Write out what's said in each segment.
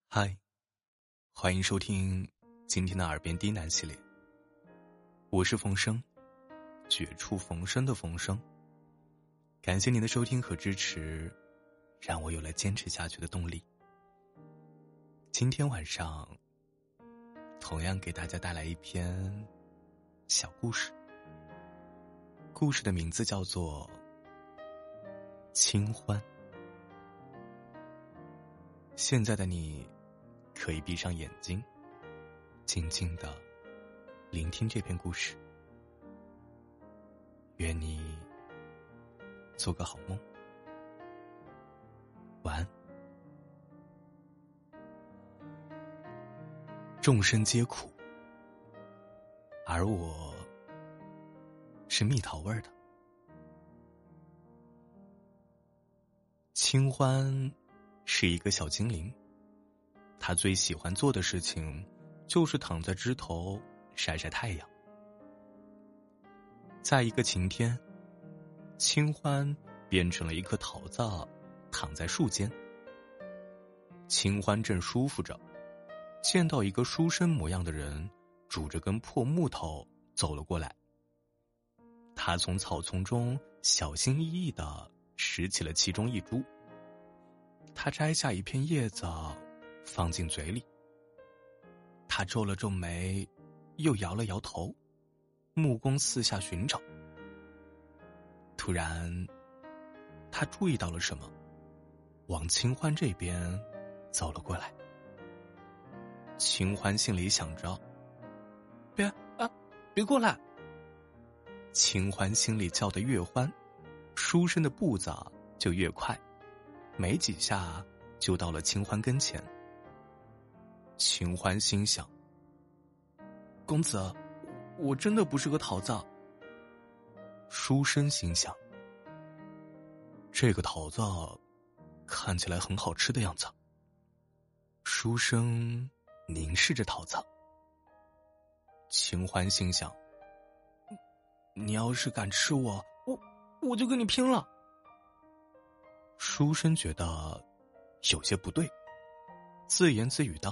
嗨，欢迎收听今天的耳边低喃系列。我是冯生，绝处逢生的冯生。感谢您的收听和支持，让我有了坚持下去的动力。今天晚上同样给大家带来一篇小故事，故事的名字叫做清欢。现在的你可以闭上眼睛，静静地聆听这篇故事。愿你做个好梦，晚安。众生皆苦，而我是蜜桃味的。清欢是一个小精灵，他最喜欢做的事情就是躺在枝头晒晒太阳。在一个晴天，清欢变成了一颗桃子，躺在树间。清欢正舒服着，见到一个书生模样的人拄着根破木头走了过来。他从草丛中小心翼翼地拾起了其中一株，他摘下一片叶子放进嘴里。他皱了皱眉，又摇了摇头，目光四下寻找。突然他注意到了什么，往清欢这边走了过来。清欢心里想着，别过来。清欢心里叫得越欢，书生的步子就越快，没几下就到了清欢跟前。清欢心想，公子，我真的不是个桃子。书生心想，这个桃子看起来很好吃的样子。书生凝视着桃子。清欢心想，你要是敢吃我就跟你拼了。书生觉得有些不对，自言自语道，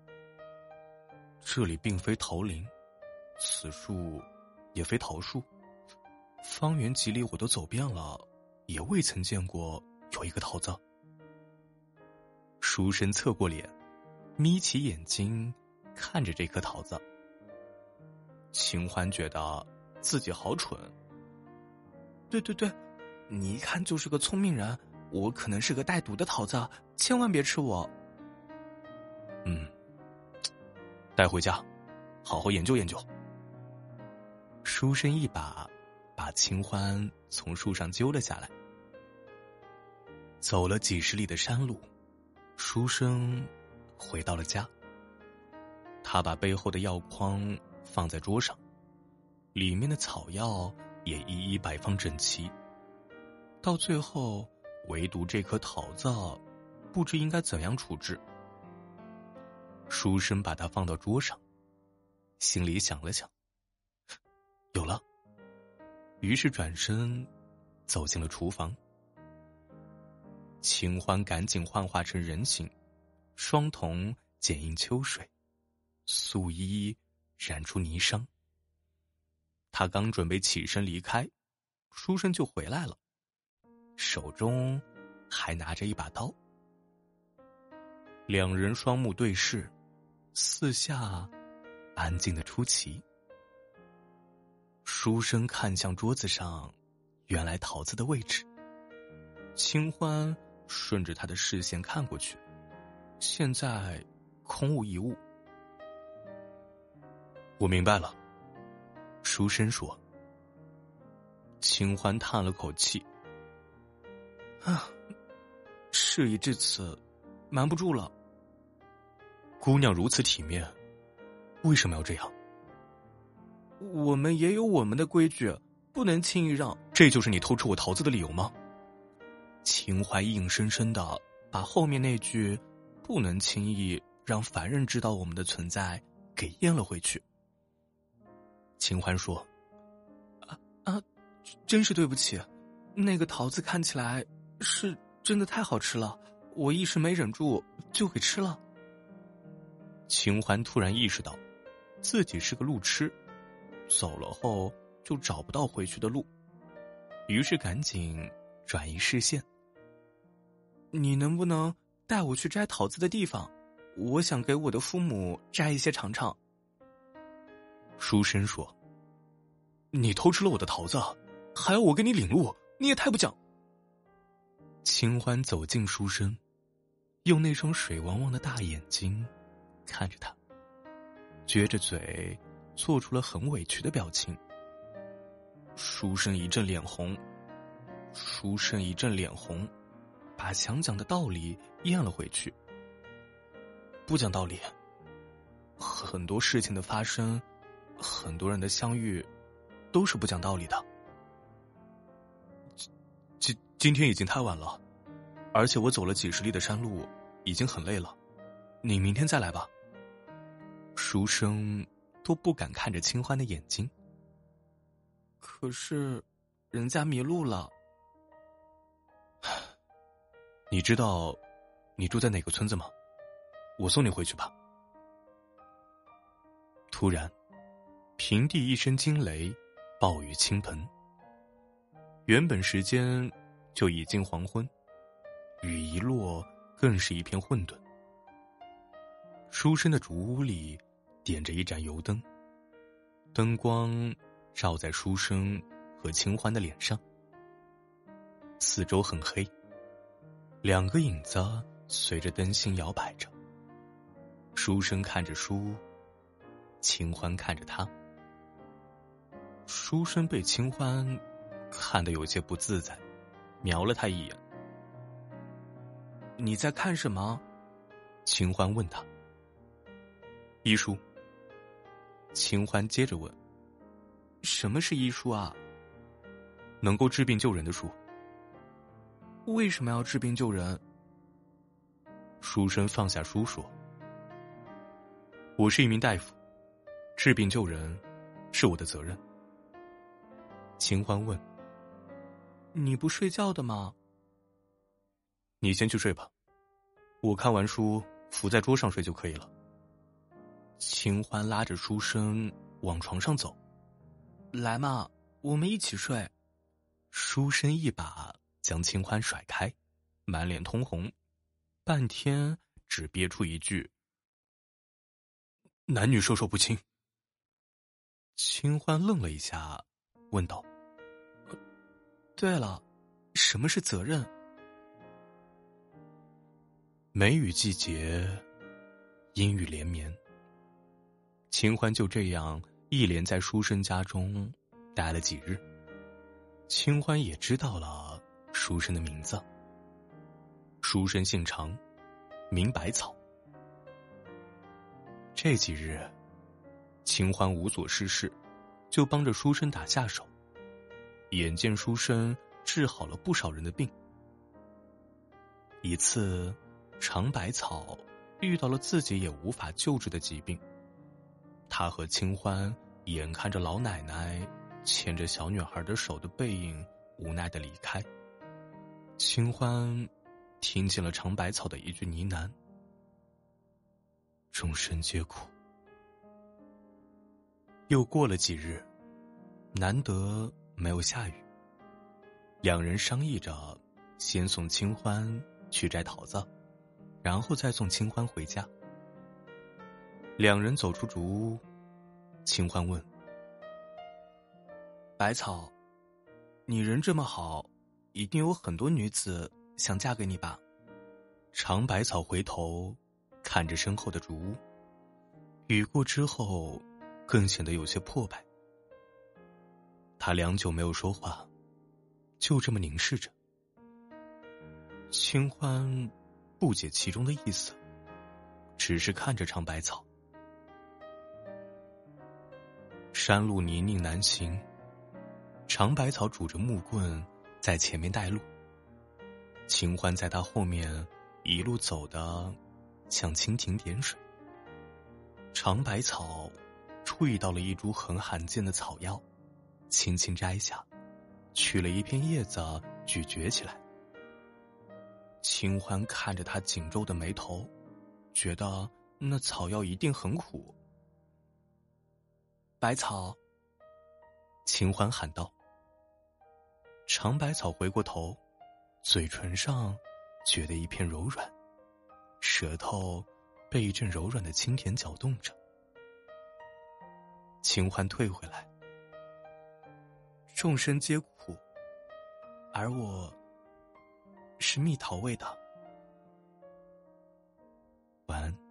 这里并非桃林，此树也非桃树，方圆几里我都走遍了，也未曾见过有一个桃子。书生侧过脸，眯起眼睛看着这颗桃子。清欢觉得自己好蠢。对，你一看就是个聪明人，我可能是个带毒的桃子，千万别吃我。带回家好好研究研究。书生一把把清欢从树上揪了下来。走了几十里的山路，书生回到了家。他把背后的药筐放在桌上，里面的草药也一一摆放整齐。到最后，唯独这颗桃子不知应该怎样处置。书生把它放到桌上，心里想了想，有了。于是转身走进了厨房。清欢赶紧幻化成人形，双瞳剪映秋水，素衣染出霓裳。他刚准备起身离开，书生就回来了，手中还拿着一把刀。两人双目对视，四下安静的出奇。书生看向桌子上原来桃子的位置，清欢顺着他的视线看过去，现在空无一物。我明白了，书生说。清欢叹了口气，事已至此，瞒不住了。姑娘如此体面，为什么要这样？我们也有我们的规矩，不能轻易让。这就是你偷吃我桃子的理由吗？清欢硬生生的把后面那句不能轻易让凡人知道我们的存在给咽了回去。清欢说，真是对不起，那个桃子看起来是真的太好吃了，我一时没忍住就给吃了。 秦欢突然意识到自己是个路痴，走了后就找不到回去的路，于是赶紧转移视线。你能不能带我去摘桃子的地方？我想给我的父母摘一些尝尝。书生说：你偷吃了我的桃子，还要我给你领路，你也太不讲。秦欢走近书生，用那双水汪汪的大眼睛看着他，撅着嘴做出了很委屈的表情。书生一阵脸红，把想讲的道理咽了回去。不讲道理，很多事情的发生，很多人的相遇，都是不讲道理的。今天已经太晚了，而且我走了几十里的山路，已经很累了。你明天再来吧。书生都不敢看着清欢的眼睛。可是，人家迷路了。你知道你住在哪个村子吗？我送你回去吧。突然，平地一声惊雷，暴雨倾盆。原本时间就已经黄昏，雨一落，更是一片混沌。书生的竹屋里点着一盏油灯，灯光照在书生和清欢的脸上，四周很黑，两个影子随着灯芯摇摆着。书生看着书，清欢看着他。书生被清欢看得有些不自在，瞄了他一眼。你在看什么？清欢问他。医书。清欢接着问。什么是医书啊？能够治病救人的书。为什么要治病救人？书生放下书说：我是一名大夫，治病救人是我的责任。秦欢问：你不睡觉的吗？你先去睡吧，我看完书伏在桌上睡就可以了。秦欢拉着书生往床上走。来嘛，我们一起睡。书生一把将秦欢甩开，满脸通红，半天只憋出一句：男女授受不亲。秦欢愣了一下，问道：对了，什么是责任？梅雨季节，阴雨连绵。秦欢就这样一连在书生家中待了几日。秦欢也知道了书生的名字。书生姓常，名百草。这几日，秦欢无所事事，就帮着书生打下手。眼见书生治好了不少人的病。一次，常百草遇到了自己也无法救治的疾病，他和清欢眼看着老奶奶牵着小女孩的手的背影无奈地离开。清欢听见了常百草的一句呢喃：众生皆苦。又过了几日，难得没有下雨，两人商议着先送清欢去摘桃子，然后再送清欢回家。两人走出竹屋，清欢问：百草，你人这么好，一定有很多女子想嫁给你吧？常百草回头看着身后的竹屋，雨过之后更显得有些破败。他良久没有说话，就这么凝视着。清欢不解其中的意思，只是看着常百草。山路泥泞难行，常百草拄着木棍在前面带路，清欢在他后面一路走得像蜻蜓点水。常百草注意到了一株很罕见的草药，轻轻摘下，取了一片叶子咀嚼起来。清欢看着他紧皱的眉头，觉得那草药一定很苦。 百草， 秦欢喊道。长百草回过头，嘴唇上觉得一片柔软，舌头被一阵柔软的清甜搅动着。秦欢退回来， 众生皆苦，而我是蜜桃味的。 晚安。